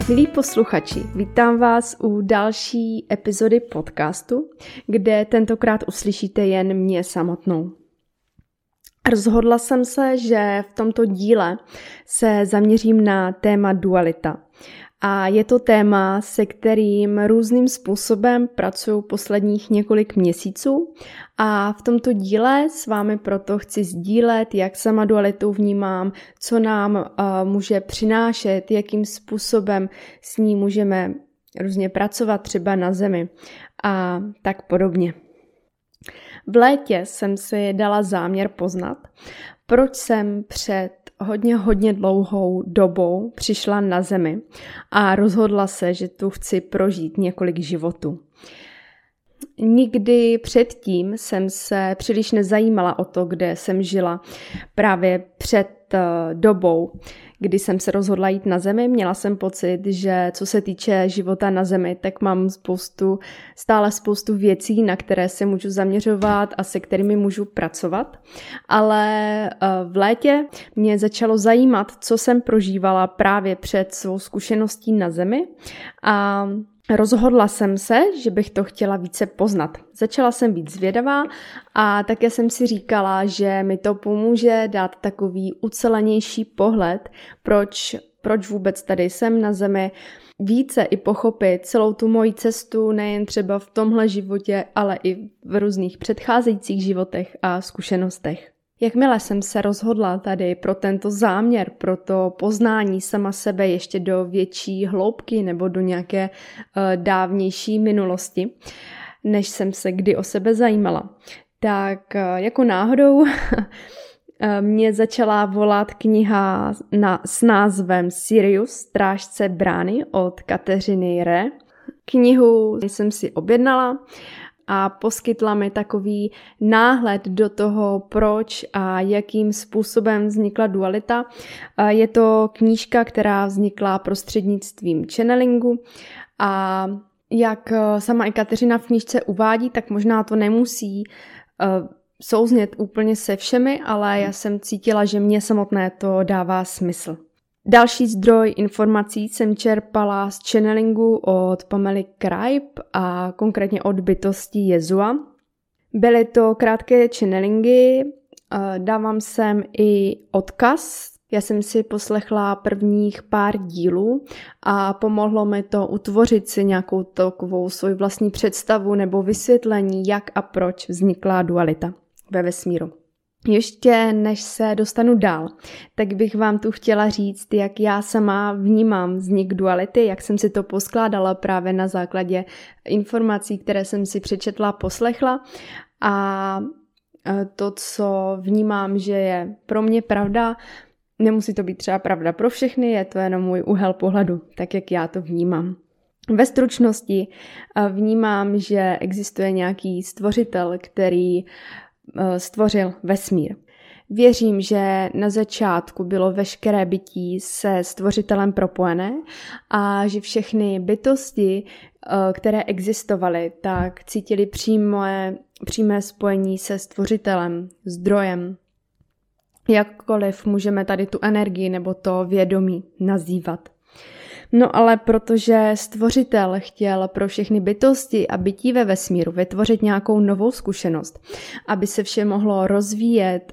Milí posluchači, vítám vás u další epizody podcastu, kde tentokrát uslyšíte jen mě samotnou. Rozhodla jsem se, že v tomto díle se zaměřím na téma dualita. A je to téma, se kterým různým způsobem pracuji posledních několik měsíců a v tomto díle s vámi proto chci sdílet, jak sama dualitu vnímám, co nám může přinášet, jakým způsobem s ní můžeme různě pracovat třeba na zemi a tak podobně. V létě jsem si dala záměr poznat, proč jsem před hodně dlouhou dobou přišla na zemi a rozhodla se, že tu chci prožít několik životů. Nikdy předtím jsem se příliš nezajímala o to, kde jsem žila právě před dobou, kdy jsem se rozhodla jít na zemi. Měla jsem pocit, že co se týče života na zemi, tak mám stále spoustu věcí, na které se můžu zaměřovat a se kterými můžu pracovat. Ale v létě mě začalo zajímat, co jsem prožívala právě před svou zkušeností na zemi a rozhodla jsem se, že bych to chtěla více poznat. Začala jsem být zvědavá a také jsem si říkala, že mi to pomůže dát takový ucelenější pohled, proč vůbec tady jsem na zemi, více i pochopit celou tu moji cestu, nejen třeba v tomhle životě, ale i v různých předcházejících životech a zkušenostech. Jakmile jsem se rozhodla tady pro tento záměr, pro to poznání sama sebe ještě do větší hloubky nebo do nějaké dávnější minulosti, než jsem se kdy o sebe zajímala, tak jako náhodou mě začala volat kniha s názvem Sirius, strážce brány od Kateřiny Re. Knihu jsem si objednala a poskytla mi takový náhled do toho, proč a jakým způsobem vznikla dualita. Je to knížka, která vznikla prostřednictvím channelingu a jak sama i Kateřina v knížce uvádí, tak možná to nemusí souznět úplně se všemi, ale já jsem cítila, že mně samotné to dává smysl. Další zdroj informací jsem čerpala z channelingu od Pamely Kripe a konkrétně od bytosti Jezua. Byly to krátké channelingy, dávám sem i odkaz. Já jsem si poslechla prvních pár dílů a pomohlo mi to utvořit si nějakou takovou svoji vlastní představu nebo vysvětlení, jak a proč vznikla dualita ve vesmíru. Ještě než se dostanu dál, tak bych vám tu chtěla říct, jak já sama vnímám vznik duality, jak jsem si to poskládala právě na základě informací, které jsem si přečetla, poslechla a to, co vnímám, že je pro mě pravda, nemusí to být třeba pravda pro všechny, je to jenom můj úhel pohledu, tak jak já to vnímám. Ve stručnosti vnímám, že existuje nějaký stvořitel, který stvořil vesmír. Věřím, že na začátku bylo veškeré bytí se stvořitelem propojené a že všechny bytosti, které existovaly, tak cítili přímé spojení se stvořitelem, zdrojem. Jakkoliv můžeme tady tu energii nebo to vědomí nazývat. No ale protože stvořitel chtěl pro všechny bytosti a bytí ve vesmíru vytvořit nějakou novou zkušenost, aby se vše mohlo rozvíjet,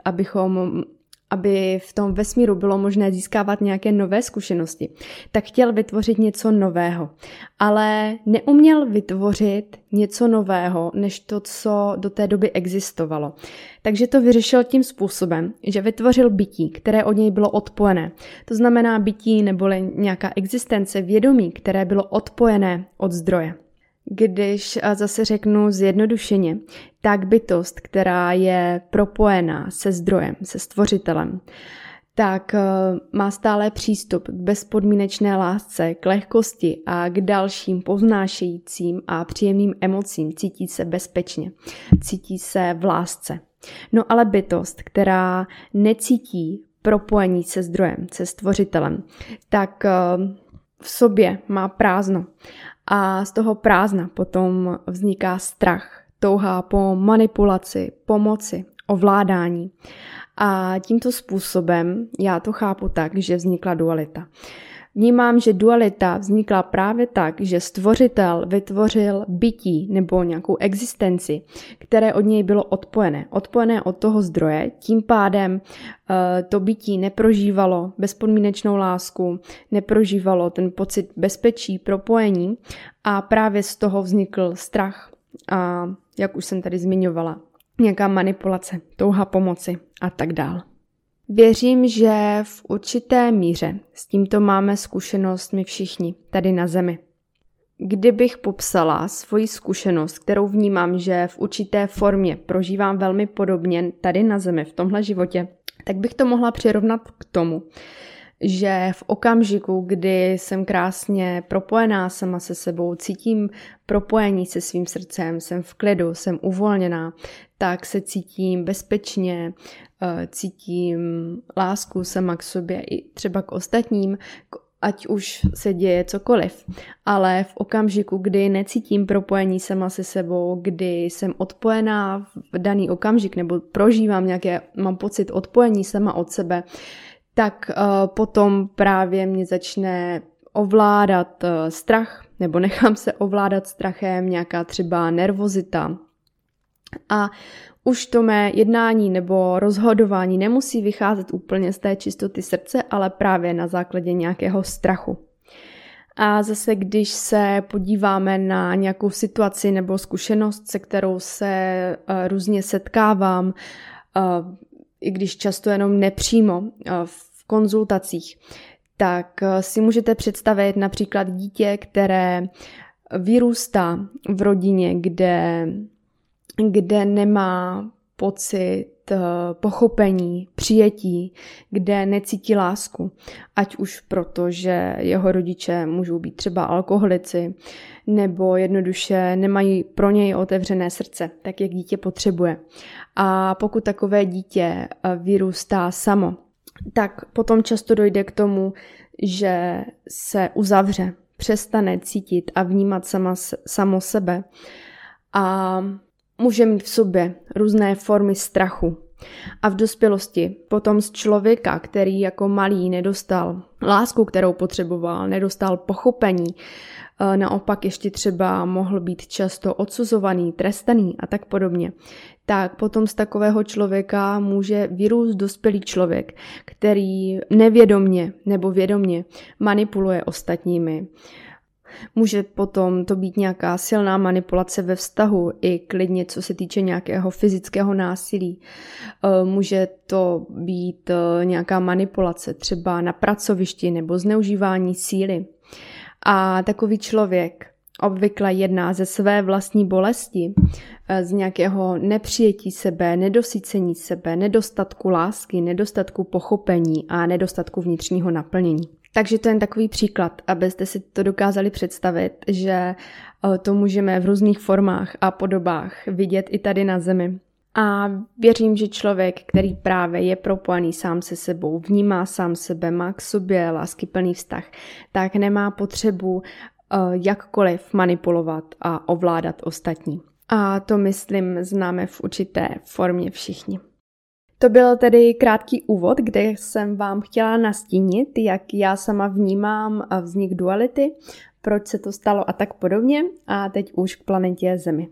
aby v tom vesmíru bylo možné získávat nějaké nové zkušenosti, tak chtěl vytvořit něco nového. Ale neuměl vytvořit něco nového, než to, co do té doby existovalo. Takže to vyřešil tím způsobem, že vytvořil bytí, které od něj bylo odpojené. To znamená bytí neboli nějaká existence vědomí, které bylo odpojené od zdroje. Když zase řeknu zjednodušeně, tak bytost, která je propojená se zdrojem, se stvořitelem, tak má stále přístup k bezpodmínečné lásce, k lehkosti a k dalším povznášejícím a příjemným emocím. Cítí se bezpečně, cítí se v lásce. No ale bytost, která necítí propojení se zdrojem, se stvořitelem, tak v sobě má prázdno. A z toho prázdna potom vzniká strach, touha po manipulaci, pomoci, ovládání. A tímto způsobem já to chápu tak, že vznikla dualita. Vnímám, že dualita vznikla právě tak, že stvořitel vytvořil bytí nebo nějakou existenci, které od něj bylo odpojené od toho zdroje, tím pádem to bytí neprožívalo bezpodmínečnou lásku, neprožívalo ten pocit bezpečí, propojení a právě z toho vznikl strach a, jak už jsem tady zmiňovala, nějaká manipulace, touha pomoci a tak dál. Věřím, že v určité míře s tímto máme zkušenost my všichni tady na Zemi. Kdybych popsala svoji zkušenost, kterou vnímám, že v určité formě prožívám velmi podobně tady na Zemi, v tomhle životě, tak bych to mohla přirovnat k tomu, že v okamžiku, kdy jsem krásně propojená sama se sebou, cítím propojení se svým srdcem, jsem v klidu, jsem uvolněná, tak se cítím bezpečně, cítím lásku sama k sobě i třeba k ostatním, ať už se děje cokoliv. Ale v okamžiku, kdy necítím propojení sama se sebou, kdy jsem odpojená v daný okamžik nebo prožívám mám pocit odpojení sama od sebe, tak potom právě mě začne ovládat strach, nebo nechám se ovládat strachem, nějaká třeba nervozita. A už to mé jednání nebo rozhodování nemusí vycházet úplně z té čistoty srdce, ale právě na základě nějakého strachu. A zase, když se podíváme na nějakou situaci nebo zkušenost, se kterou se různě setkávám, i když často jenom nepřímo v konzultacích, tak si můžete představit například dítě, které vyrůstá v rodině, kde nemá pocit pochopení, přijetí, kde necítí lásku. Ať už proto, že jeho rodiče můžou být třeba alkoholici, nebo jednoduše nemají pro něj otevřené srdce, tak jak dítě potřebuje. A pokud takové dítě vyrůstá samo, tak potom často dojde k tomu, že se uzavře, přestane cítit a vnímat samo sebe a může mít v sobě různé formy strachu. A v dospělosti potom z člověka, který jako malý nedostal lásku, kterou potřeboval, nedostal pochopení, naopak ještě třeba mohl být často odsuzovaný, trestaný a tak podobně, tak potom z takového člověka může vyrůst dospělý člověk, který nevědomně nebo vědomně manipuluje ostatními. Může potom to být nějaká silná manipulace ve vztahu, i klidně co se týče nějakého fyzického násilí. Může to být nějaká manipulace třeba na pracovišti nebo zneužívání síly. A takový člověk obvykle jedná ze své vlastní bolesti, z nějakého nepřijetí sebe, nedosycení sebe, nedostatku lásky, nedostatku pochopení a nedostatku vnitřního naplnění. Takže to je jen takový příklad, abyste si to dokázali představit, že to můžeme v různých formách a podobách vidět i tady na Zemi. A věřím, že člověk, který právě je propojený sám se sebou, vnímá sám sebe, má k sobě láskyplný vztah, tak nemá potřebu jakkoliv manipulovat a ovládat ostatní. A to, myslím, známe v určité formě všichni. To byl tedy krátký úvod, kde jsem vám chtěla nastínit, jak já sama vnímám vznik duality, proč se to stalo a tak podobně. A teď už k planetě Zemi.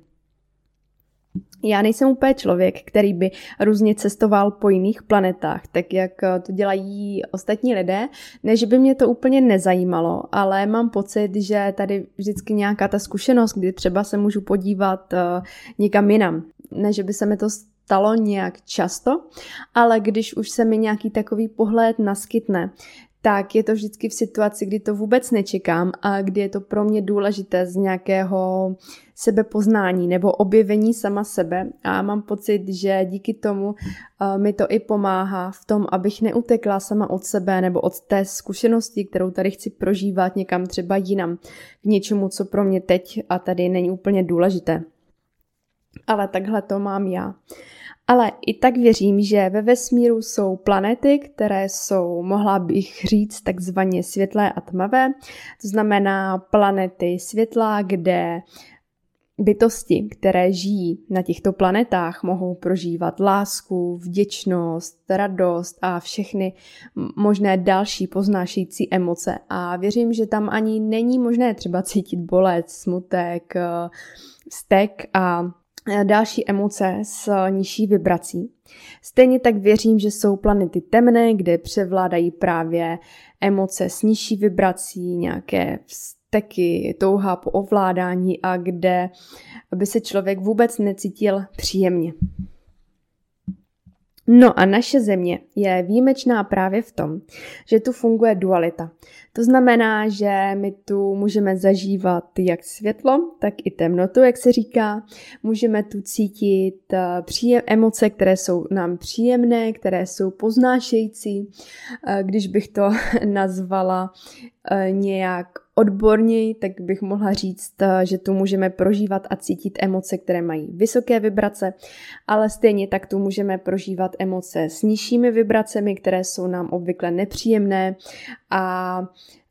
Já nejsem úplně člověk, který by různě cestoval po jiných planetách, tak jak to dělají ostatní lidé. Ne, že by mě to úplně nezajímalo, ale mám pocit, že tady vždycky nějaká ta zkušenost, kdy třeba se můžu podívat někam jinam. Ne, že by se mi to stalo nějak často, ale když už se mi nějaký takový pohled naskytne, tak je to vždycky v situaci, kdy to vůbec nečekám a kdy je to pro mě důležité z nějakého sebepoznání nebo objevení sama sebe a mám pocit, že díky tomu mi to i pomáhá v tom, abych neutekla sama od sebe nebo od té zkušenosti, kterou tady chci prožívat někam třeba jinam, k něčemu, co pro mě teď a tady není úplně důležité. Ale takhle to mám já. Ale i tak věřím, že ve vesmíru jsou planety, které jsou, mohla bych říct, takzvaně světlé a tmavé. To znamená planety světla, kde bytosti, které žijí na těchto planetách, mohou prožívat lásku, vděčnost, radost a všechny možné další poznášející emoce. A věřím, že tam ani není možné třeba cítit bolest, smutek, vztek a další emoce s nižší vibrací. Stejně tak věřím, že jsou planety temné, kde převládají právě emoce s nižší vibrací, nějaké vzteky, touha po ovládání a kde by se člověk vůbec necítil příjemně. No a naše Země je výjimečná právě v tom, že tu funguje dualita. To znamená, že my tu můžeme zažívat jak světlo, tak i temnotu, jak se říká. Můžeme tu cítit emoce, které jsou nám příjemné, které jsou poznášející. Když bych to nazvala nějak odborněji, tak bych mohla říct, že tu můžeme prožívat a cítit emoce, které mají vysoké vibrace, ale stejně tak tu můžeme prožívat emoce s nižšími vibracemi, které jsou nám obvykle nepříjemné a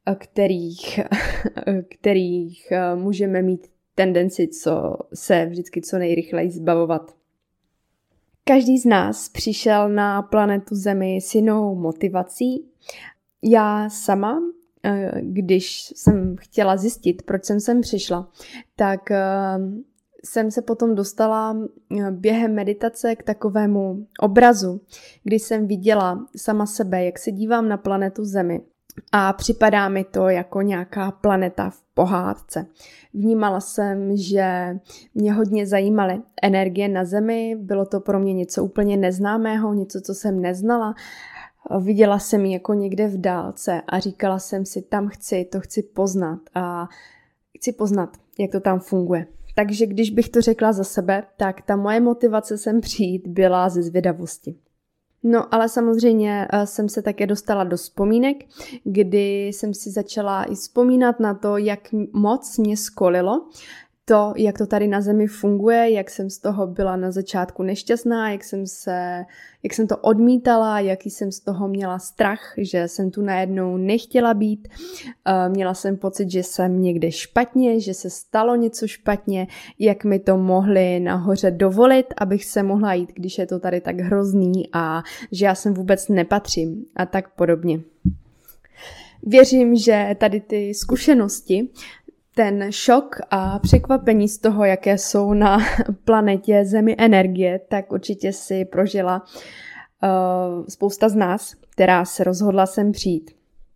kterých můžeme mít tendenci se vždycky co nejrychleji zbavovat. Každý z nás přišel na planetu Zemi s jinou motivací. Já sama, když jsem chtěla zjistit, proč jsem sem přišla, tak jsem se potom dostala během meditace k takovému obrazu, kdy jsem viděla sama sebe, jak se dívám na planetu Zemi a připadá mi to jako nějaká planeta v pohádce. Vnímala jsem, že mě hodně zajímaly energie na Zemi, bylo to pro mě něco úplně neznámého, něco, co jsem neznala. Viděla jsem ji jako někde v dálce a říkala jsem si, to chci poznat a chci poznat, jak to tam funguje. Takže když bych to řekla za sebe, tak ta moje motivace sem přijít byla ze zvědavosti. No ale samozřejmě jsem se také dostala do vzpomínek, kdy jsem si začala i vzpomínat na to, jak moc mě skolilo to, jak to tady na Zemi funguje, jak jsem z toho byla na začátku nešťastná, jak jsem to odmítala, jaký jsem z toho měla strach, že jsem tu najednou nechtěla být. Měla jsem pocit, že jsem někde špatně, že se stalo něco špatně, jak mi to mohli nahoře dovolit, abych se mohla jít, když je to tady tak hrozný a že já sem vůbec nepatřím a tak podobně. Věřím, že tady ty zkušenosti, ten šok a překvapení z toho, jaké jsou na planetě Zemi energie, tak určitě si prožila spousta z nás, která se rozhodla sem přijít.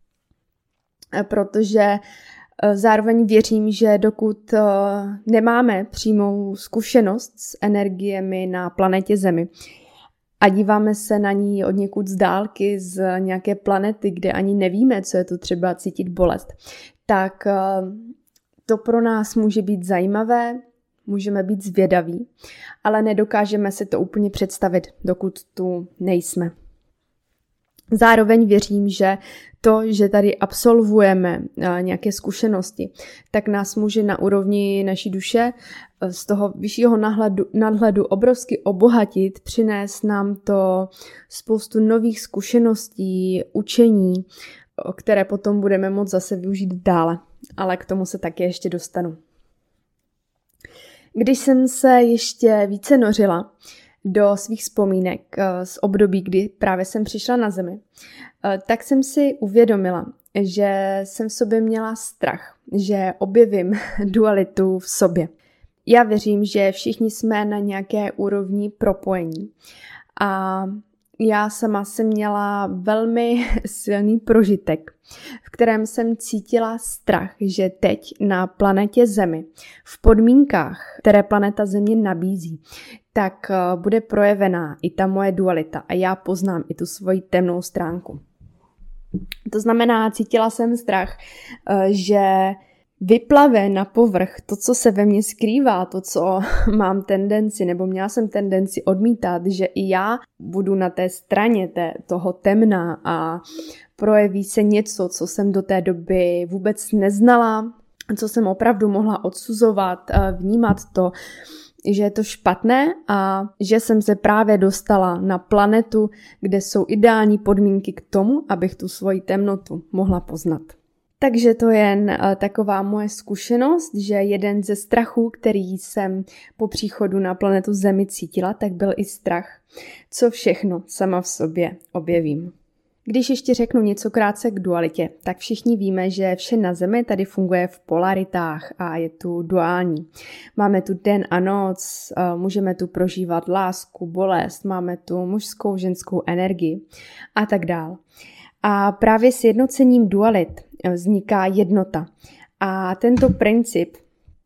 Protože zároveň věřím, že dokud nemáme přímou zkušenost s energiemi na planetě Zemi a díváme se na ní od někud z dálky, z nějaké planety, kde ani nevíme, co je to třeba cítit bolest, tak to pro nás může být zajímavé, můžeme být zvědaví, ale nedokážeme si to úplně představit, dokud tu nejsme. Zároveň věřím, že to, že tady absolvujeme nějaké zkušenosti, tak nás může na úrovni naší duše z toho vyššího nadhledu obrovsky obohatit, přinést nám to spoustu nových zkušeností, učení, které potom budeme moct zase využít dále. Ale k tomu se také ještě dostanu. Když jsem se ještě více nořila do svých vzpomínek z období, kdy právě jsem přišla na Zemi, tak jsem si uvědomila, že jsem v sobě měla strach, že objevím dualitu v sobě. Já věřím, že všichni jsme na nějaké úrovni propojení a já sama jsem měla velmi silný prožitek, v kterém jsem cítila strach, že teď na planetě Zemi, v podmínkách, které planeta Země nabízí, tak bude projevená i ta moje dualita a já poznám i tu svoji temnou stránku. To znamená, cítila jsem strach, že vyplave na povrch to, co se ve mně skrývá, to, co mám tendenci, nebo měla jsem tendenci odmítat, že i já budu na té straně toho temna a projeví se něco, co jsem do té doby vůbec neznala, co jsem opravdu mohla odsuzovat, vnímat to, že je to špatné a že jsem se právě dostala na planetu, kde jsou ideální podmínky k tomu, abych tu svoji temnotu mohla poznat. Takže to je jen taková moje zkušenost, že jeden ze strachů, který jsem po příchodu na planetu Zemi cítila, tak byl i strach, co všechno sama v sobě objevím. Když ještě řeknu něco krátce k dualitě, tak všichni víme, že vše na Zemi tady funguje v polaritách a je tu duální. Máme tu den a noc, můžeme tu prožívat lásku, bolest, máme tu mužskou, ženskou energii a tak dál. A právě s jednocením dualit vzniká jednota. A tento princip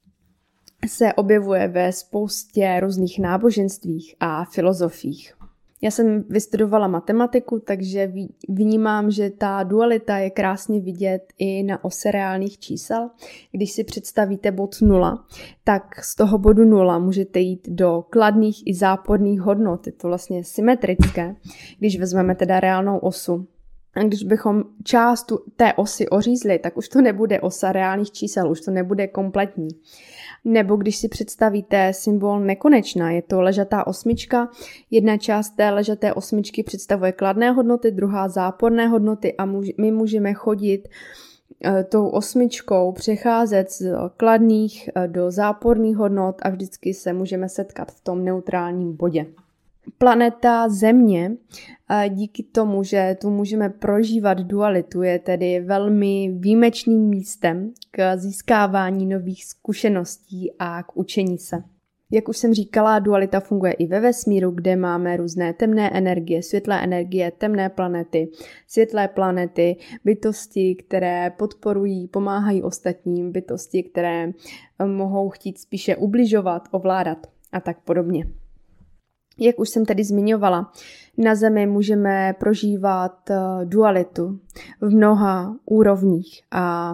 se objevuje ve spoustě různých náboženstvích a filozofiích. Já jsem vystudovala matematiku, takže vnímám, že ta dualita je krásně vidět i na ose reálných čísel. Když si představíte bod 0, tak z toho bodu 0 můžete jít do kladných i záporných hodnot. Je to vlastně symetrické, když vezmeme teda reálnou osu. A když bychom část té osy ořízli, tak už to nebude osa reálných čísel, už to nebude kompletní. Nebo když si představíte symbol nekonečná, je to ležatá osmička, jedna část té ležaté osmičky představuje kladné hodnoty, druhá záporné hodnoty a my můžeme chodit tou osmičkou, přecházet z kladných do záporných hodnot a vždycky se můžeme setkat v tom neutrálním bodě. Planeta Země, díky tomu, že tu můžeme prožívat dualitu, je tedy velmi výjimečným místem k získávání nových zkušeností a k učení se. Jak už jsem říkala, dualita funguje i ve vesmíru, kde máme různé temné energie, světlé energie, temné planety, světlé planety, bytosti, které podporují, pomáhají ostatním, bytosti, které mohou chtít spíše ubližovat, ovládat a tak podobně. Jak už jsem tedy zmiňovala, na Zemi můžeme prožívat dualitu v mnoha úrovních a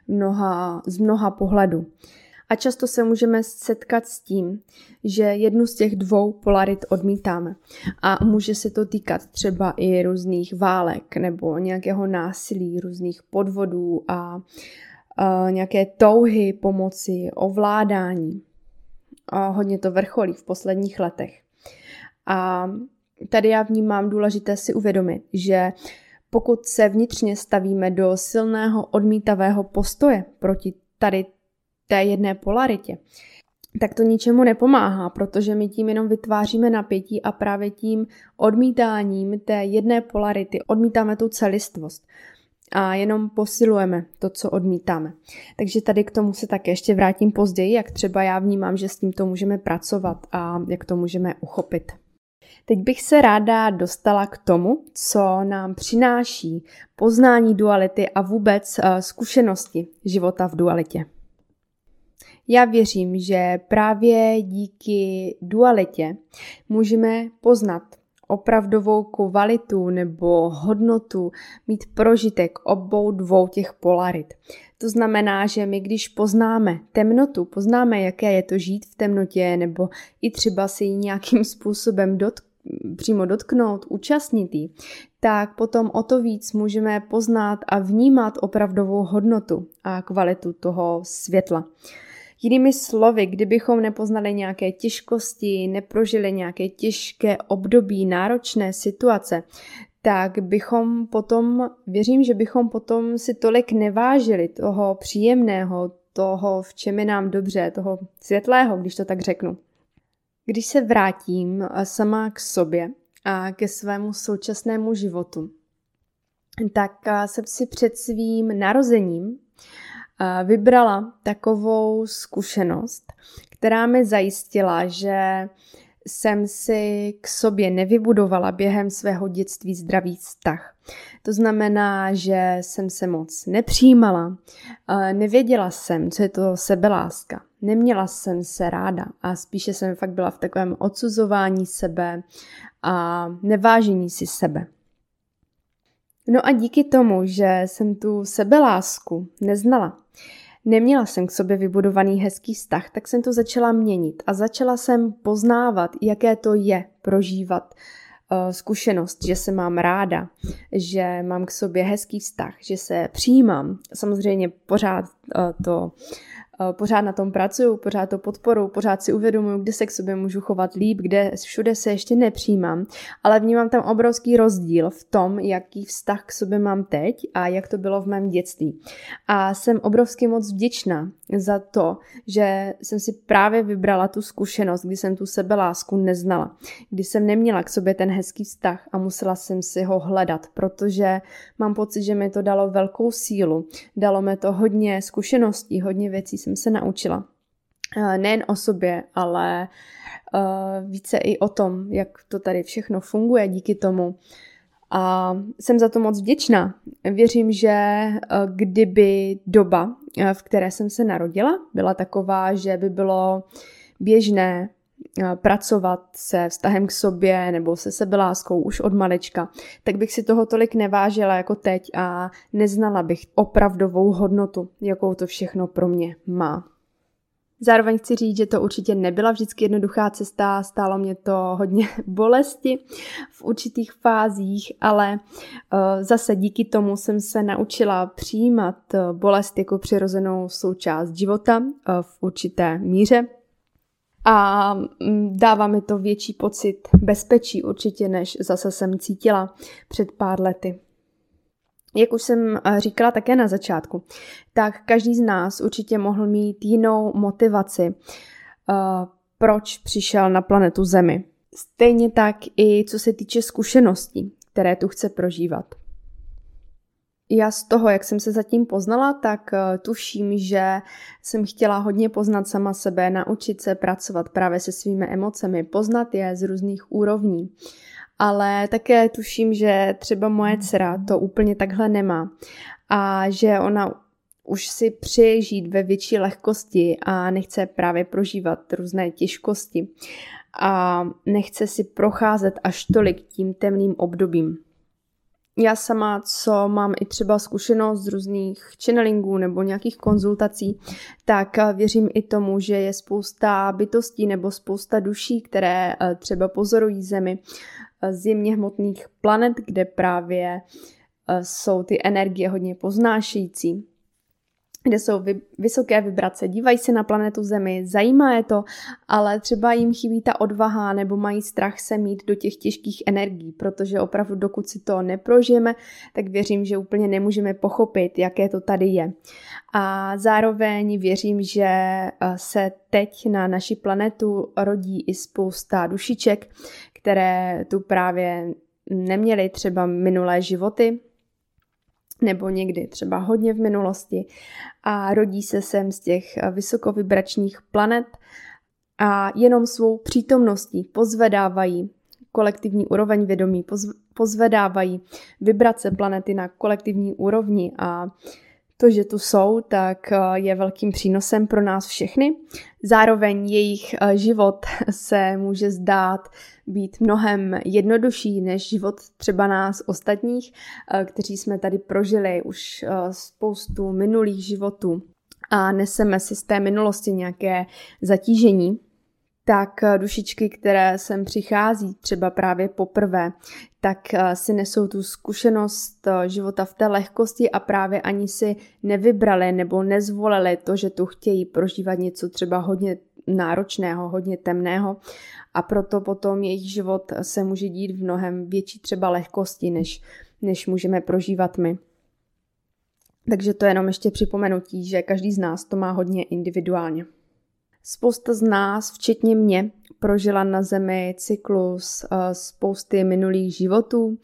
z mnoha pohledů. A často se můžeme setkat s tím, že jednu z těch dvou polarit odmítáme. A může se to týkat třeba i různých válek nebo nějakého násilí, různých podvodů a nějaké touhy pomoci, ovládání. A hodně to vrcholí v posledních letech. A tady já vnímám důležité si uvědomit, že pokud se vnitřně stavíme do silného odmítavého postoje proti tady té jedné polaritě, tak to ničemu nepomáhá, protože my tím jenom vytváříme napětí a právě tím odmítáním té jedné polarity odmítáme tu celistvost a jenom posilujeme to, co odmítáme. Takže tady k tomu se také ještě vrátím později, jak třeba já vnímám, že s tímto můžeme pracovat a jak to můžeme uchopit. Teď bych se ráda dostala k tomu, co nám přináší poznání duality a vůbec zkušenosti života v dualitě. Já věřím, že právě díky dualitě můžeme poznat opravdovou kvalitu nebo hodnotu, mít prožitek obou dvou těch polarit. To znamená, že my když poznáme temnotu, poznáme, jaké je to žít v temnotě, nebo i třeba si ji nějakým způsobem přímo dotknout, účastnit jí, tak potom o to víc můžeme poznat a vnímat opravdovou hodnotu a kvalitu toho světla. Jinými slovy, kdybychom nepoznali nějaké těžkosti, neprožili nějaké těžké období, náročné situace, tak bychom potom, věřím, že bychom potom si tolik nevážili toho příjemného, toho, v čem je nám dobře, toho světlého, když to tak řeknu. Když se vrátím sama k sobě a ke svému současnému životu, tak jsem si před svým narozením vybrala takovou zkušenost, která mi zajistila, že jsem si k sobě nevybudovala během svého dětství zdravý vztah. To znamená, že jsem se moc nepřijímala, nevěděla jsem, co je to sebeláska. Neměla jsem se ráda a spíše jsem fakt byla v takovém odsuzování sebe a nevážení si sebe. No a díky tomu, že jsem tu sebelásku neznala, neměla jsem k sobě vybudovaný hezký vztah, tak jsem to začala měnit a začala jsem poznávat, jaké to je prožívat zkušenost, že se mám ráda, že mám k sobě hezký vztah, že se přijímám. Samozřejmě pořád to pořád na tom pracuju, pořád to podporuji, pořád si uvědomuji, kde se k sobě můžu chovat líp, kde všude se ještě nepřijímám, ale vnímám tam obrovský rozdíl v tom, jaký vztah k sobě mám teď a jak to bylo v mém dětství. A jsem obrovsky moc vděčná za to, že jsem si právě vybrala tu zkušenost, kdy jsem tu sebelásku neznala, kdy jsem neměla k sobě ten hezký vztah a musela jsem si ho hledat, protože mám pocit, že mi to dalo velkou sílu, dalo mi to hodně zkušeností, hodně věcí jsem se naučila. Nejen o sobě, ale více i o tom, jak to tady všechno funguje díky tomu. A jsem za to moc vděčná. Věřím, že kdyby doba, v které jsem se narodila, byla taková, že by bylo běžné pracovat se vztahem k sobě nebo se sebeláskou už od malička, tak bych si toho tolik nevážila jako teď a neznala bych opravdovou hodnotu, jakou to všechno pro mě má. Zároveň chci říct, že to určitě nebyla vždycky jednoduchá cesta, stálo mě to hodně bolesti v určitých fázích, ale zase díky tomu jsem se naučila přijímat bolest jako přirozenou součást života v určité míře. A dává mi to větší pocit bezpečí určitě, než zase jsem cítila před pár lety. Jak už jsem říkala také na začátku, tak každý z nás určitě mohl mít jinou motivaci, proč přišel na planetu Zemi. Stejně tak i co se týče zkušeností, které tu chce prožívat. Já z toho, jak jsem se zatím poznala, tak tuším, že jsem chtěla hodně poznat sama sebe, naučit se pracovat právě se svými emocemi, poznat je z různých úrovní. Ale také tuším, že třeba moje dcera to úplně takhle nemá a že ona už si přeje žít ve větší lehkosti a nechce právě prožívat různé těžkosti a nechce si procházet až tolik tím temným obdobím. Já sama, co mám i třeba zkušenost z různých channelingů nebo nějakých konzultací, tak věřím i tomu, že je spousta bytostí nebo spousta duší, které třeba pozorují Zemi z jemně hmotných planet, kde právě jsou ty energie hodně poznášející, kde jsou vysoké vibrace, dívají se na planetu Zemi, zajímá je to, ale třeba jim chybí ta odvaha nebo mají strach se mít do těch těžkých energií, protože opravdu dokud si to neprožijeme, tak věřím, že úplně nemůžeme pochopit, jaké to tady je. A zároveň věřím, že se teď na naši planetu rodí i spousta dušiček, které tu právě neměly třeba minulé životy, nebo někdy třeba hodně v minulosti a rodí se sem z těch vysokovibračních planet a jenom svou přítomností pozvedávají kolektivní úroveň vědomí, pozvedávají vibrace planety na kolektivní úrovni a to, že tu jsou, tak je velkým přínosem pro nás všechny. Zároveň jejich život se může zdát být mnohem jednodušší než život třeba nás ostatních, kteří jsme tady prožili už spoustu minulých životů a neseme si z té minulosti nějaké zatížení. Tak dušičky, které sem přichází třeba právě poprvé, tak si nesou tu zkušenost života v té lehkosti a právě ani si nevybrali nebo nezvolili to, že tu chtějí prožívat něco třeba hodně náročného, hodně temného a proto potom jejich život se může dít v mnohem větší třeba lehkosti, než můžeme prožívat my. Takže to je jenom ještě připomenutí, že každý z nás to má hodně individuálně. Spousta z nás, včetně mě, prožila na Zemi cyklus spousty minulých životů,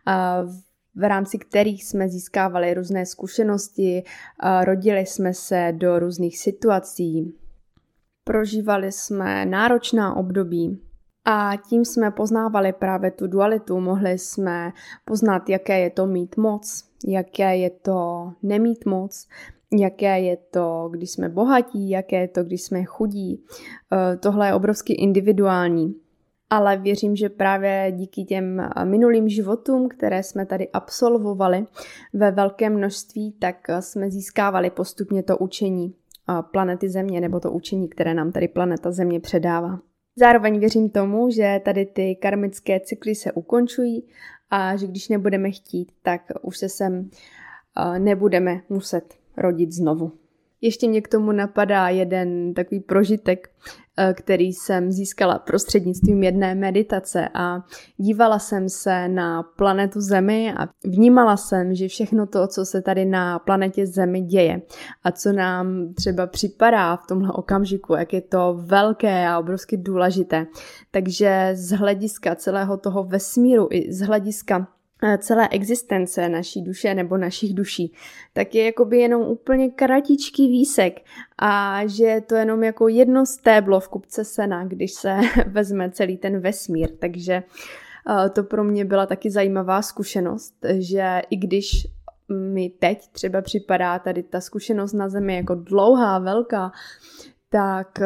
v rámci kterých jsme získávali různé zkušenosti, rodili jsme se do různých situací, prožívali jsme náročná období a tím jsme poznávali právě tu dualitu, mohli jsme poznat, jaké je to mít moc, jaké je to nemít moc, jaké je to, když jsme bohatí, jaké je to, když jsme chudí. Tohle je obrovsky individuální. Ale věřím, že právě díky těm minulým životům, které jsme tady absolvovali ve velkém množství, tak jsme získávali postupně to učení planety Země, nebo to učení, které nám tady planeta Země předává. Zároveň věřím tomu, že tady ty karmické cykly se ukončují a že když nebudeme chtít, tak už se sem nebudeme muset rodit znovu. Ještě mě k tomu napadá jeden takový prožitek, který jsem získala prostřednictvím jedné meditace a dívala jsem se na planetu Zemi a vnímala jsem, že všechno to, co se tady na planetě Zemi děje a co nám třeba připadá v tomhle okamžiku, jak je to velké a obrovsky důležité. Takže z hlediska celého toho vesmíru i z hlediska celé existence naší duše nebo našich duší, tak je jakoby jenom úplně kratičký výsek a že je to jenom jako jedno stéblo v kupce sena, když se vezme celý ten vesmír. Takže to pro mě byla taky zajímavá zkušenost, že i když mi teď třeba připadá tady ta zkušenost na Zemi jako dlouhá, velká, tak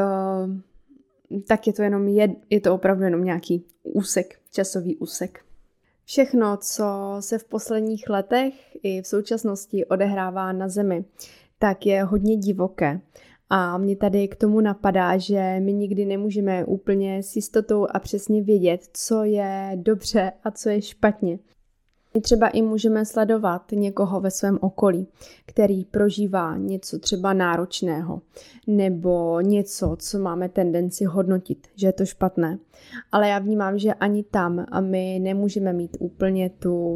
je to jenom je to opravdu jenom nějaký úsek, časový úsek. Všechno, co se v posledních letech i v současnosti odehrává na Zemi, tak je hodně divoké. A mě tady k tomu napadá, že my nikdy nemůžeme úplně s jistotou a přesně vědět, co je dobře a co je špatně. My třeba i můžeme sledovat někoho ve svém okolí, který prožívá něco třeba náročného nebo něco, co máme tendenci hodnotit, že je to špatné. Ale já vnímám, že ani tam a my nemůžeme mít úplně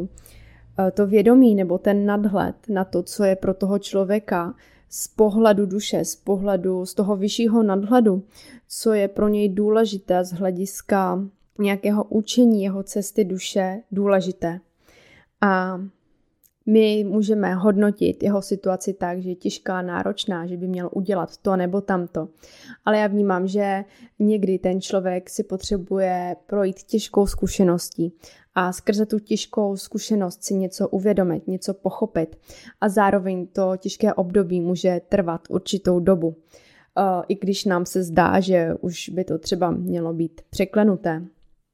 to vědomí nebo ten nadhled na to, co je pro toho člověka z pohledu duše, z toho vyššího nadhledu, co je pro něj důležité z hlediska nějakého učení jeho cesty duše důležité. A my můžeme hodnotit jeho situaci tak, že je těžká, náročná, že by měl udělat to nebo tamto. Ale já vnímám, že někdy ten člověk si potřebuje projít těžkou zkušeností a skrze tu těžkou zkušenost si něco uvědomit, něco pochopit. A zároveň to těžké období může trvat určitou dobu. I když nám se zdá, že už by to třeba mělo být překlenuté.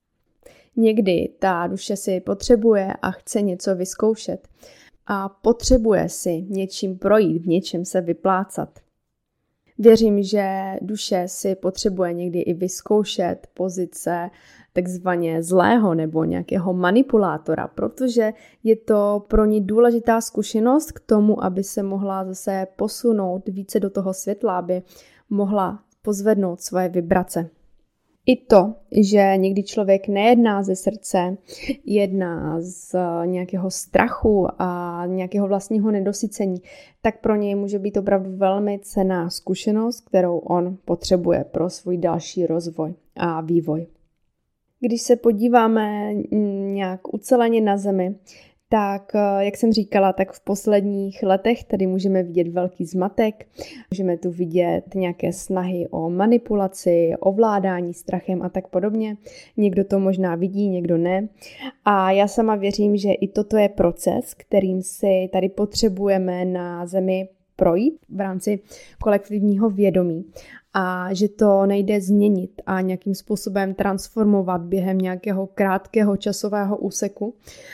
Někdy ta duše si potřebuje a chce něco vyzkoušet a potřebuje si něčím projít, v něčem se vyplácat. Věřím, že duše si potřebuje někdy i vyzkoušet pozice takzvaně zlého nebo nějakého manipulátora, protože je to pro ní důležitá zkušenost k tomu, aby se mohla zase posunout více do toho světla, aby mohla pozvednout svoje vibrace. I to, že někdy člověk nejedná ze srdce, jedná z nějakého strachu a nějakého vlastního nedosycení, tak pro něj může být opravdu velmi cenná zkušenost, kterou on potřebuje pro svůj další rozvoj a vývoj. Když se podíváme nějak uceleně na Zemi, tak, jak jsem říkala, tak v posledních letech tady můžeme vidět velký zmatek, můžeme tu vidět nějaké snahy o manipulaci, ovládání strachem a tak podobně. Někdo to možná vidí, někdo ne. A já sama věřím, že i toto je proces, kterým si tady potřebujeme na Zemi projít v rámci kolektivního vědomí. A že to nejde změnit a nějakým způsobem transformovat během nějakého krátkého časového úseku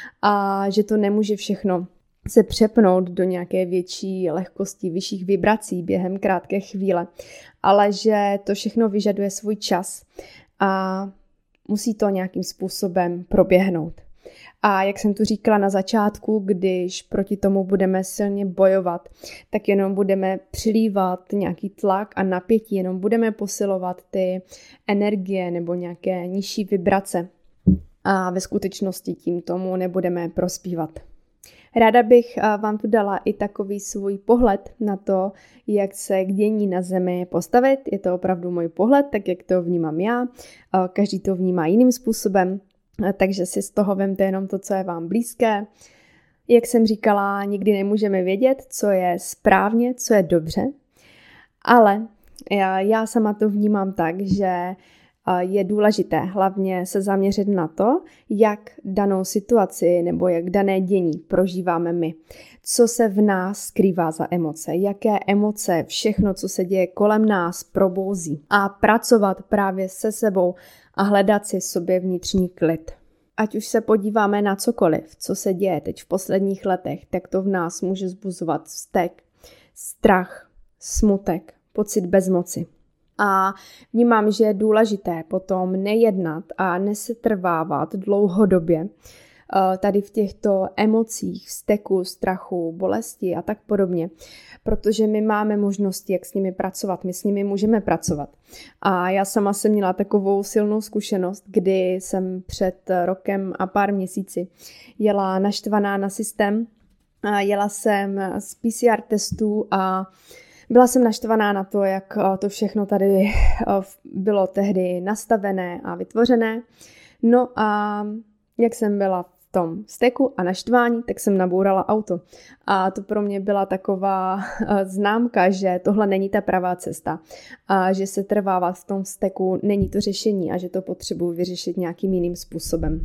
a že to nemůže všechno se přepnout do nějaké větší lehkosti, vyšších vibrací během krátké chvíle, ale že to všechno vyžaduje svůj čas a musí to nějakým způsobem proběhnout. A jak jsem tu říkala na začátku, když proti tomu budeme silně bojovat, tak jenom budeme přilívat nějaký tlak a napětí, jenom budeme posilovat ty energie nebo nějaké nižší vibrace. A ve skutečnosti tím tomu nebudeme prospívat. Ráda bych vám tu dala i takový svůj pohled na to, jak se k dění na Zemi postavit. Je to opravdu můj pohled, tak jak to vnímám já. Každý to vnímá jiným způsobem. Takže si z toho vemte jenom to, co je vám blízké. Jak jsem říkala, nikdy nemůžeme vědět, co je správně, co je dobře, ale já sama to vnímám tak, že je důležité hlavně se zaměřit na to, jak danou situaci nebo jak dané dění prožíváme my. Co se v nás skrývá za emoce, jaké emoce, všechno, co se děje kolem nás, probouzí. A pracovat právě se sebou a hledat si sobě vnitřní klid. Ať už se podíváme na cokoliv, co se děje teď v posledních letech, tak to v nás může vzbuzovat vztek, strach, smutek, pocit bezmoci. A vnímám, že je důležité potom nejednat a nesetrvávat dlouhodobě tady v těchto emocích, vzteku, strachu, bolesti a tak podobně. Protože my máme možnosti, jak s nimi pracovat, my s nimi můžeme pracovat. A já sama jsem měla takovou silnou zkušenost, kdy jsem před rokem a pár měsíci jela naštvaná na systém, jela jsem z PCR testů a byla jsem naštvaná na to, jak to všechno tady bylo tehdy nastavené a vytvořené. No a jak jsem byla v tom vzteku a naštvání, tak jsem nabourala auto. A to pro mě byla taková známka, že tohle není ta pravá cesta. A že se trvávat v tom vzteku není to řešení a že to potřebuji vyřešit nějakým jiným způsobem.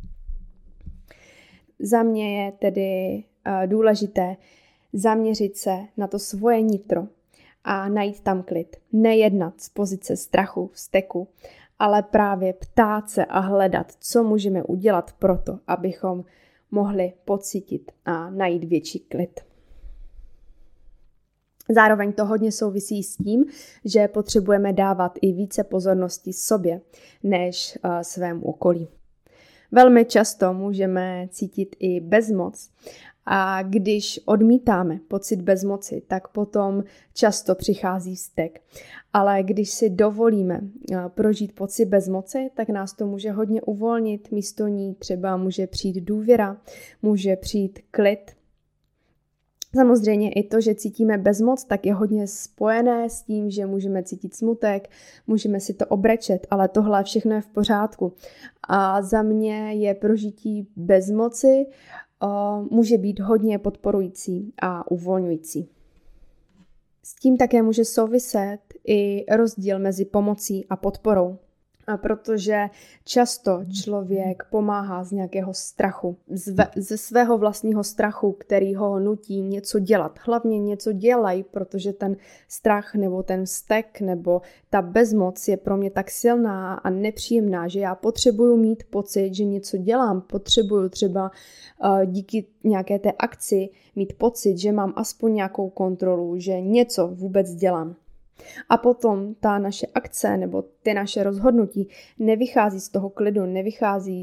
Za mě je tedy důležité zaměřit se na to svoje nitro a najít tam klid. Nejednat z pozice strachu, vzteku, ale právě ptát se a hledat, co můžeme udělat pro to, abychom mohli pocítit a najít větší klid. Zároveň to hodně souvisí s tím, že potřebujeme dávat i více pozornosti sobě než svému okolí. Velmi často můžeme cítit i bezmoc a když odmítáme pocit bezmoci, tak potom často přichází vztek. Ale když si dovolíme prožít pocit bezmoci, tak nás to může hodně uvolnit, místo ní třeba může přijít důvěra, může přijít klid. Samozřejmě i to, že cítíme bezmoc, tak je hodně spojené s tím, že můžeme cítit smutek, můžeme si to obrečet, ale tohle všechno je v pořádku. A za mě je prožití bezmoci může být hodně podporující a uvolňující. S tím také může souviset i rozdíl mezi pomocí a podporou. Protože často člověk pomáhá z nějakého strachu, ze svého vlastního strachu, který ho nutí něco dělat. Hlavně něco dělají, protože ten strach nebo ten vztek nebo ta bezmoc je pro mě tak silná a nepříjemná, že já potřebuju mít pocit, že něco dělám. Potřebuju třeba díky nějaké té akci mít pocit, že mám aspoň nějakou kontrolu, že něco vůbec dělám. A potom ta naše akce nebo ty naše rozhodnutí nevychází z toho klidu, nevychází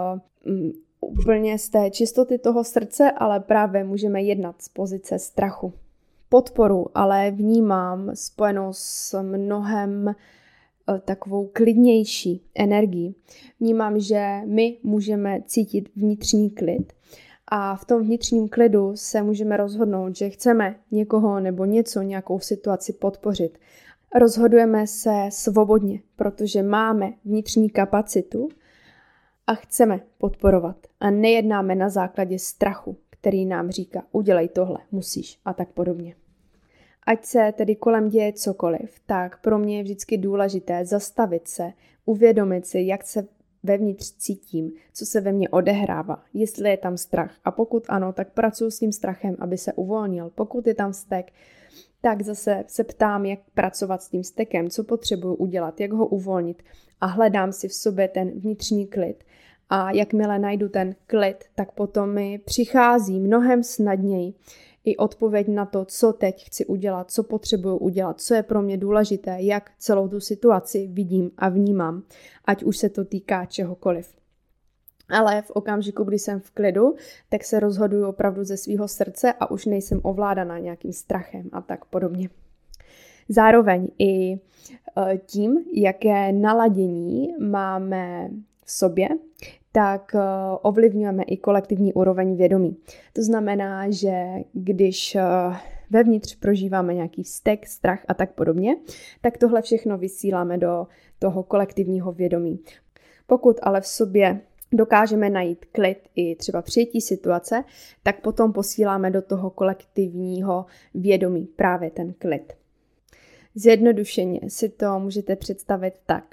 úplně z té čistoty toho srdce, ale právě můžeme jednat z pozice strachu. Podporu ale vnímám spojenou s mnohem takovou klidnější energií. Vnímám, že my můžeme cítit vnitřní klid. A v tom vnitřním klidu se můžeme rozhodnout, že chceme někoho nebo něco, nějakou situaci podpořit. Rozhodujeme se svobodně, protože máme vnitřní kapacitu a chceme podporovat. A nejednáme na základě strachu, který nám říká, udělej tohle, musíš a tak podobně. Ať se tedy kolem děje cokoliv, tak pro mě je vždycky důležité zastavit se, uvědomit si, jak se vevnitř cítím, co se ve mně odehrává, jestli je tam strach. A pokud ano, tak pracuji s tím strachem, aby se uvolnil. Pokud je tam vztek, tak zase se ptám, jak pracovat s tím vztekem, co potřebuji udělat, jak ho uvolnit a hledám si v sobě ten vnitřní klid. A jakmile najdu ten klid, tak potom mi přichází mnohem snadněji i odpověď na to, co teď chci udělat, co potřebuji udělat, co je pro mě důležité, jak celou tu situaci vidím a vnímám, ať už se to týká čehokoliv. Ale v okamžiku, kdy jsem v klidu, tak se rozhoduju opravdu ze svého srdce a už nejsem ovládaná nějakým strachem a tak podobně. Zároveň i tím, jaké naladění máme v sobě, tak ovlivňujeme i kolektivní úroveň vědomí. To znamená, že když vevnitř prožíváme nějaký vztek, strach a tak podobně, tak tohle všechno vysíláme do toho kolektivního vědomí. Pokud ale v sobě dokážeme najít klid i třeba přijetí situace, tak potom posíláme do toho kolektivního vědomí právě ten klid. Zjednodušeně si to můžete představit tak,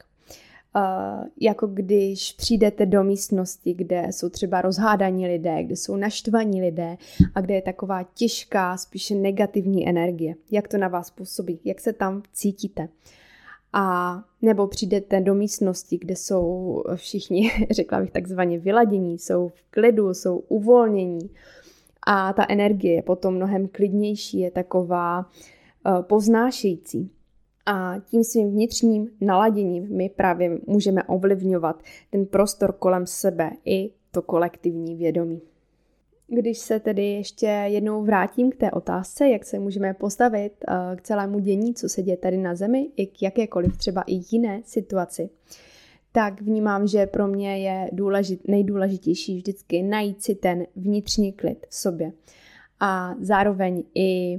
jako když přijdete do místnosti, kde jsou třeba rozhádaní lidé, kde jsou naštvaní lidé a kde je taková těžká, spíše negativní energie. Jak to na vás působí, jak se tam cítíte. A nebo přijdete do místnosti, kde jsou všichni, řekla bych takzvaně vyladění, jsou v klidu, jsou uvolnění a ta energie je potom mnohem klidnější, je taková povznášející. A tím svým vnitřním naladěním my právě můžeme ovlivňovat ten prostor kolem sebe i to kolektivní vědomí. Když se tedy ještě jednou vrátím k té otázce, jak se můžeme postavit k celému dění, co se děje tady na Zemi, i k jakékoliv třeba i jiné situaci, tak vnímám, že pro mě je nejdůležitější vždycky najít si ten vnitřní klid v sobě. A zároveň i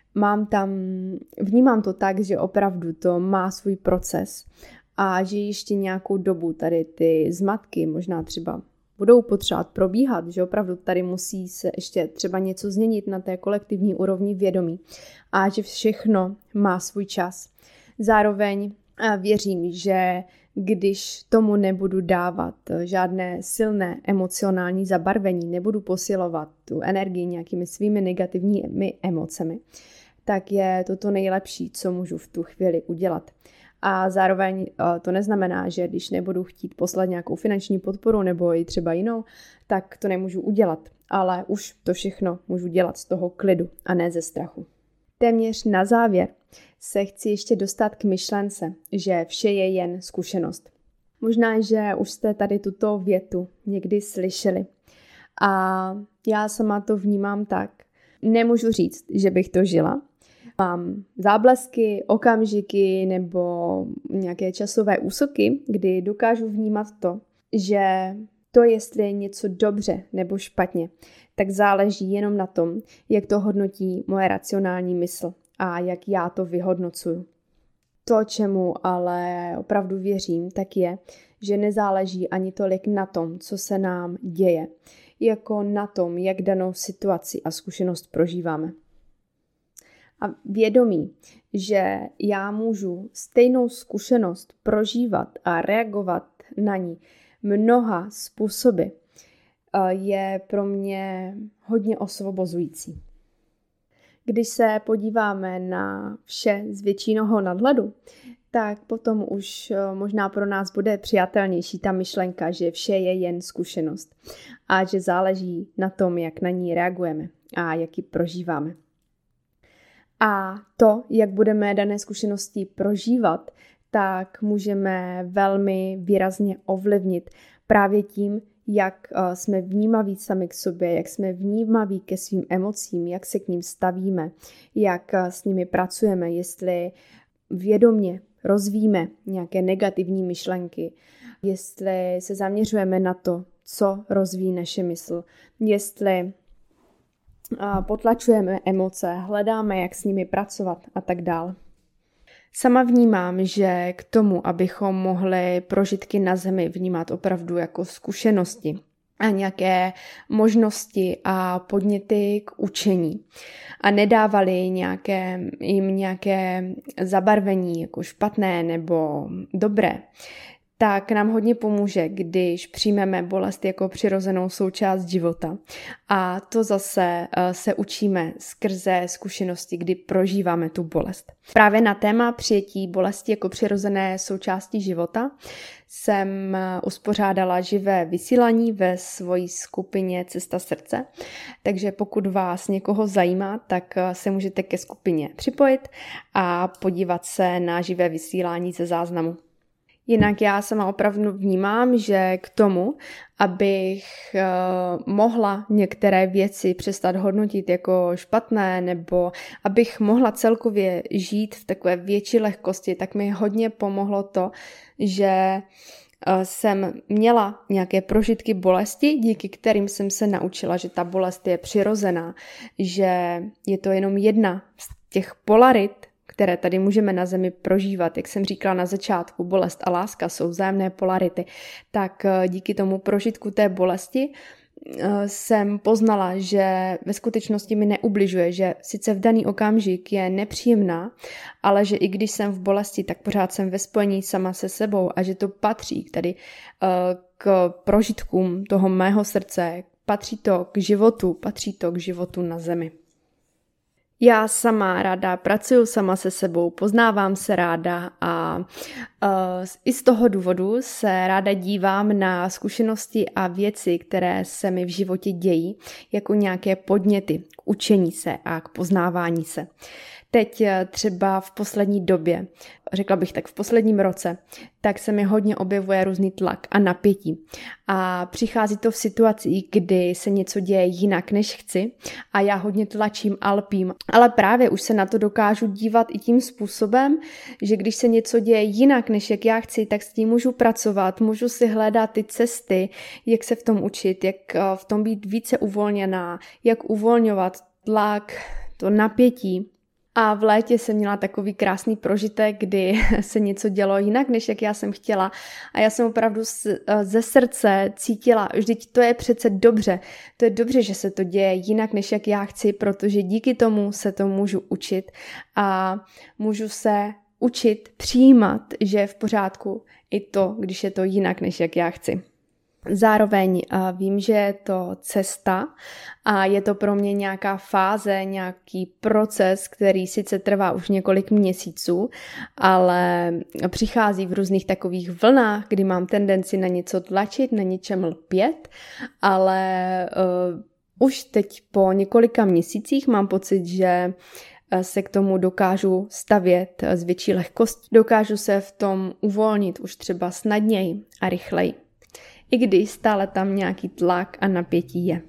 vnímám to tak, že opravdu to má svůj proces a že ještě nějakou dobu tady ty zmatky možná třeba budou potřebovat probíhat, že opravdu tady musí se ještě třeba něco změnit na té kolektivní úrovni vědomí a že všechno má svůj čas. Zároveň věřím, že když tomu nebudu dávat žádné silné emocionální zabarvení, nebudu posilovat tu energii nějakými svými negativními emocemi, tak je to nejlepší, co můžu v tu chvíli udělat. A zároveň to neznamená, že když nebudu chtít poslat nějakou finanční podporu nebo i třeba jinou, tak to nemůžu udělat. Ale už to všechno můžu dělat z toho klidu a ne ze strachu. Téměř na závěr se chci ještě dostat k myšlence, že vše je jen zkušenost. Možná, že už jste tady tuto větu někdy slyšeli. A já sama to vnímám tak. Nemůžu říct, že bych to žila. Mám záblesky, okamžiky nebo nějaké časové úseky, kdy dokážu vnímat to, že to, jestli je něco dobře nebo špatně, tak záleží jenom na tom, jak to hodnotí moje racionální mysl a jak já to vyhodnocuju. To, čemu ale opravdu věřím, tak je, že nezáleží ani tolik na tom, co se nám děje, jako na tom, jak danou situaci a zkušenost prožíváme. A vědomí, že já můžu stejnou zkušenost prožívat a reagovat na ní mnoha způsoby, je pro mě hodně osvobozující. Když se podíváme na vše z většího nadhledu, tak potom už možná pro nás bude přijatelnější ta myšlenka, že vše je jen zkušenost a že záleží na tom, jak na ní reagujeme a jak ji prožíváme. A to, jak budeme dané zkušenosti prožívat, tak můžeme velmi výrazně ovlivnit právě tím, jak jsme vnímaví sami k sobě, jak jsme vnímaví ke svým emocím, jak se k ním stavíme, jak s nimi pracujeme, jestli vědomě rozvíjíme nějaké negativní myšlenky, jestli se zaměřujeme na to, co rozvíjí naše mysl, jestli potlačujeme emoce, hledáme, jak s nimi pracovat a tak dále. Sama vnímám, že k tomu, abychom mohli prožitky na Zemi vnímat opravdu jako zkušenosti a nějaké možnosti a podněty k učení a nedávali jim nějaké zabarvení jako špatné nebo dobré, tak nám hodně pomůže, když přijmeme bolest jako přirozenou součást života. A to zase se učíme skrze zkušenosti, kdy prožíváme tu bolest. Právě na téma přijetí bolesti jako přirozené součásti života jsem uspořádala živé vysílání ve své skupině Cesta srdce. Takže pokud vás někoho zajímá, tak se můžete ke skupině připojit a podívat se na živé vysílání ze záznamu. Jinak já sama opravdu vnímám, že k tomu, abych mohla některé věci přestat hodnotit jako špatné, nebo abych mohla celkově žít v takové větší lehkosti, tak mi hodně pomohlo to, že jsem měla nějaké prožitky bolesti, díky kterým jsem se naučila, že ta bolest je přirozená, že je to jenom jedna z těch polarit, které tady můžeme na Zemi prožívat. Jak jsem říkala na začátku, bolest a láska jsou vzájemné polarity. Tak díky tomu prožitku té bolesti jsem poznala, že ve skutečnosti mi neubližuje, že sice v daný okamžik je nepříjemná, ale že i když jsem v bolesti, tak pořád jsem ve spojení sama se sebou a že to patří tady k prožitkům toho mého srdce, patří to k životu na Zemi. Já sama ráda pracuju sama se sebou, poznávám se ráda a i z toho důvodu se ráda dívám na zkušenosti a věci, které se mi v životě dějí, jako nějaké podněty k učení se a k poznávání se. teď třeba v poslední době, řekla bych tak v posledním roce, tak se mi hodně objevuje různý tlak a napětí. A přichází to v situacích, kdy se něco děje jinak, než chci a já hodně tlačím a lpím. Ale právě už se na to dokážu dívat i tím způsobem, že když se něco děje jinak, než jak já chci, tak s tím můžu pracovat, můžu si hledat ty cesty, jak se v tom učit, jak v tom být více uvolněná, jak uvolňovat tlak, to napětí. A v létě jsem měla takový krásný prožitek, kdy se něco dělo jinak, než jak já jsem chtěla. A já jsem opravdu ze srdce cítila, vždyť to je přece dobře. To je dobře, že se to děje jinak, než jak já chci, protože díky tomu se to můžu učit. A můžu se učit přijímat, že je v pořádku i to, když je to jinak, než jak já chci. Zároveň vím, že je to cesta a je to pro mě nějaká fáze, nějaký proces, který sice trvá už několik měsíců, ale přichází v různých takových vlnách, kdy mám tendenci na něco tlačit, na něčem lpět, ale už teď po několika měsících mám pocit, že se k tomu dokážu stavět s větší lehkostí. Dokážu se v tom uvolnit už třeba snadněji a rychleji. I když stále tam nějaký tlak a napětí je.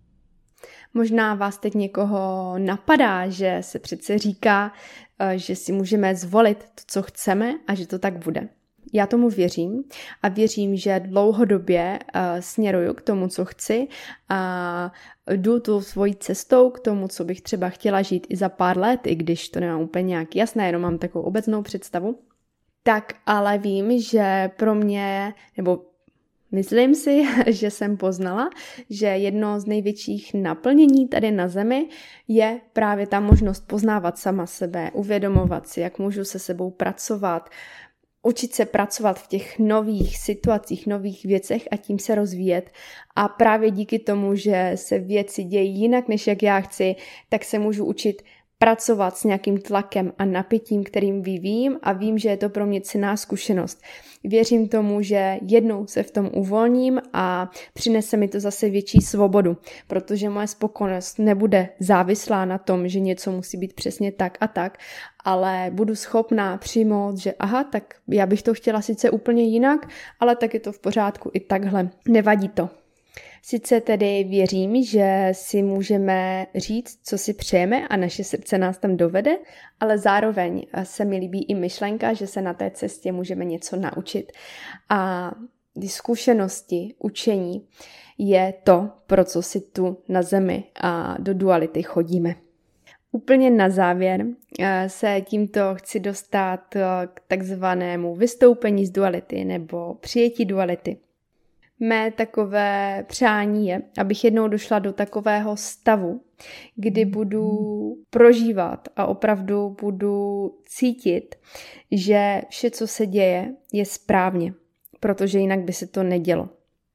Možná vás teď někoho napadá, že se přece říká, že si můžeme zvolit to, co chceme a že to tak bude. Já tomu věřím a věřím, že dlouhodobě směruju k tomu, co chci a jdu tu svojí cestou k tomu, co bych třeba chtěla žít i za pár let, i když to nemám úplně nějak jasné, jenom mám takovou obecnou představu. Tak ale vím, že pro mě, nebo myslím si, že jsem poznala, že jedno z největších naplnění tady na zemi je právě ta možnost poznávat sama sebe, uvědomovat si, jak můžu se sebou pracovat, učit se pracovat v těch nových situacích, nových věcech a tím se rozvíjet. A právě díky tomu, že se věci dějí jinak, než jak já chci, tak se můžu učit pracovat s nějakým tlakem a napětím, kterým vyvíjím a vím, že je to pro mě cenná zkušenost. Věřím tomu, že jednou se v tom uvolním a přinese mi to zase větší svobodu, protože moje spokojenost nebude závislá na tom, že něco musí být přesně tak a tak, ale budu schopná přijmout, že aha, tak já bych to chtěla sice úplně jinak, ale tak je to v pořádku i takhle, nevadí to. Sice tedy věřím, že si můžeme říct, co si přejeme a naše srdce nás tam dovede, ale zároveň se mi líbí i myšlenka, že se na té cestě můžeme něco naučit. A zkušenosti, učení je to, pro co si tu na zemi a do duality chodíme. Úplně na závěr se tímto chci dostat k takzvanému vystoupení z duality nebo přijetí duality. Mé takové přání je, abych jednou došla do takového stavu, kdy budu prožívat a opravdu budu cítit, že vše, co se děje, je správně, protože jinak by se to nedělo.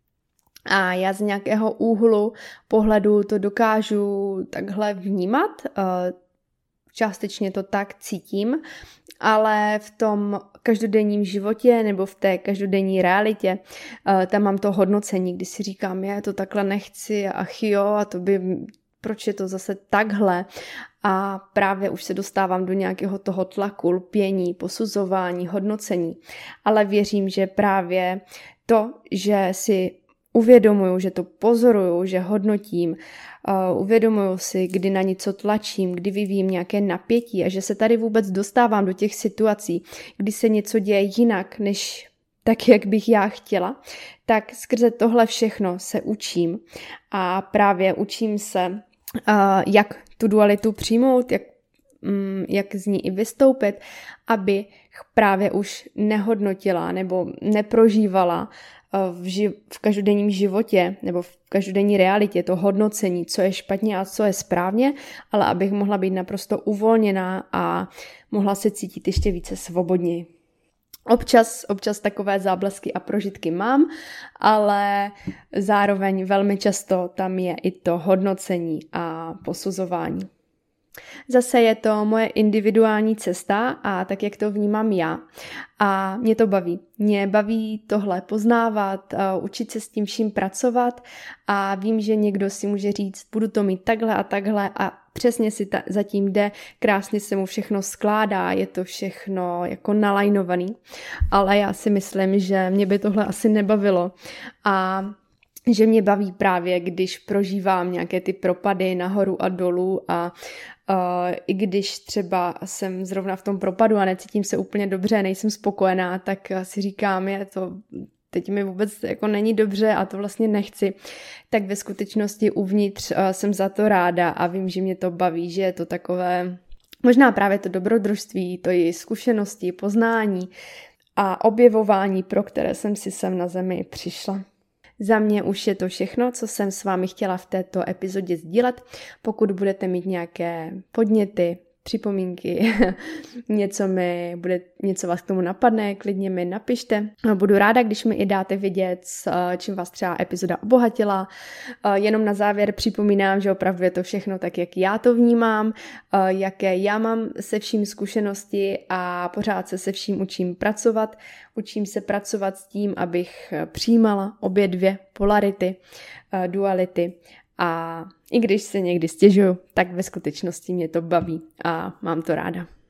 A já z nějakého úhlu pohledu to dokážu takhle vnímat, částečně to tak cítím, ale v tom každodenním životě nebo v té každodenní realitě tam mám to hodnocení, kdy si říkám, já to takhle nechci, ach jo, a to by, proč je to zase takhle? A právě už se dostávám do nějakého toho tlaku, lpění, posuzování, hodnocení. Ale věřím, že právě to, že si uvědomuju, že to pozoruju, že hodnotím, uvědomuju si, kdy na něco tlačím, kdy vyvím nějaké napětí a že se tady vůbec dostávám do těch situací, kdy se něco děje jinak, než tak, jak bych já chtěla, tak skrze tohle všechno se učím a právě učím se, jak tu dualitu přijmout, jak z ní i vystoupit, aby právě už nehodnotila nebo neprožívala v každodenním životě nebo v každodenní realitě to hodnocení, co je špatně a co je správně, ale abych mohla být naprosto uvolněná a mohla se cítit ještě více svobodněji. Občas takové záblesky a prožitky mám, ale zároveň velmi často tam je i to hodnocení a posuzování. Zase je to moje individuální cesta a tak, jak to vnímám já. A mě to baví. Mě baví tohle poznávat, učit se s tím vším pracovat a vím, že někdo si může říct, budu to mít takhle a takhle a přesně si zatím jde, krásně se mu všechno skládá, je to všechno jako nalajnovaný. Ale já si myslím, že mě by tohle asi nebavilo a že mě baví právě, když prožívám nějaké ty propady nahoru a dolů a i když třeba jsem zrovna v tom propadu a necítím se úplně dobře, nejsem spokojená, tak si říkám, teď mi vůbec jako není dobře a to vlastně nechci, tak ve skutečnosti uvnitř jsem za to ráda a vím, že mě to baví, že je to takové, možná právě to dobrodružství, to je zkušenosti, poznání a objevování, pro které jsem si sem na zemi přišla. Za mě už je to všechno, co jsem s vámi chtěla v této epizodě sdílet. Pokud budete mít nějaké podněty, připomínky, něco vás k tomu napadne, klidně mi napište. Budu ráda, když mi i dáte vědět, čím vás třeba epizoda obohatila. Jenom na závěr připomínám, že opravdu je to všechno tak, jak já to vnímám, jaké já mám se vším zkušenosti a pořád se vším učím pracovat. Učím se pracovat s tím, abych přijímala obě dvě polarity, duality. A i když se někdy stěžuju, tak ve skutečnosti mě to baví a mám to ráda.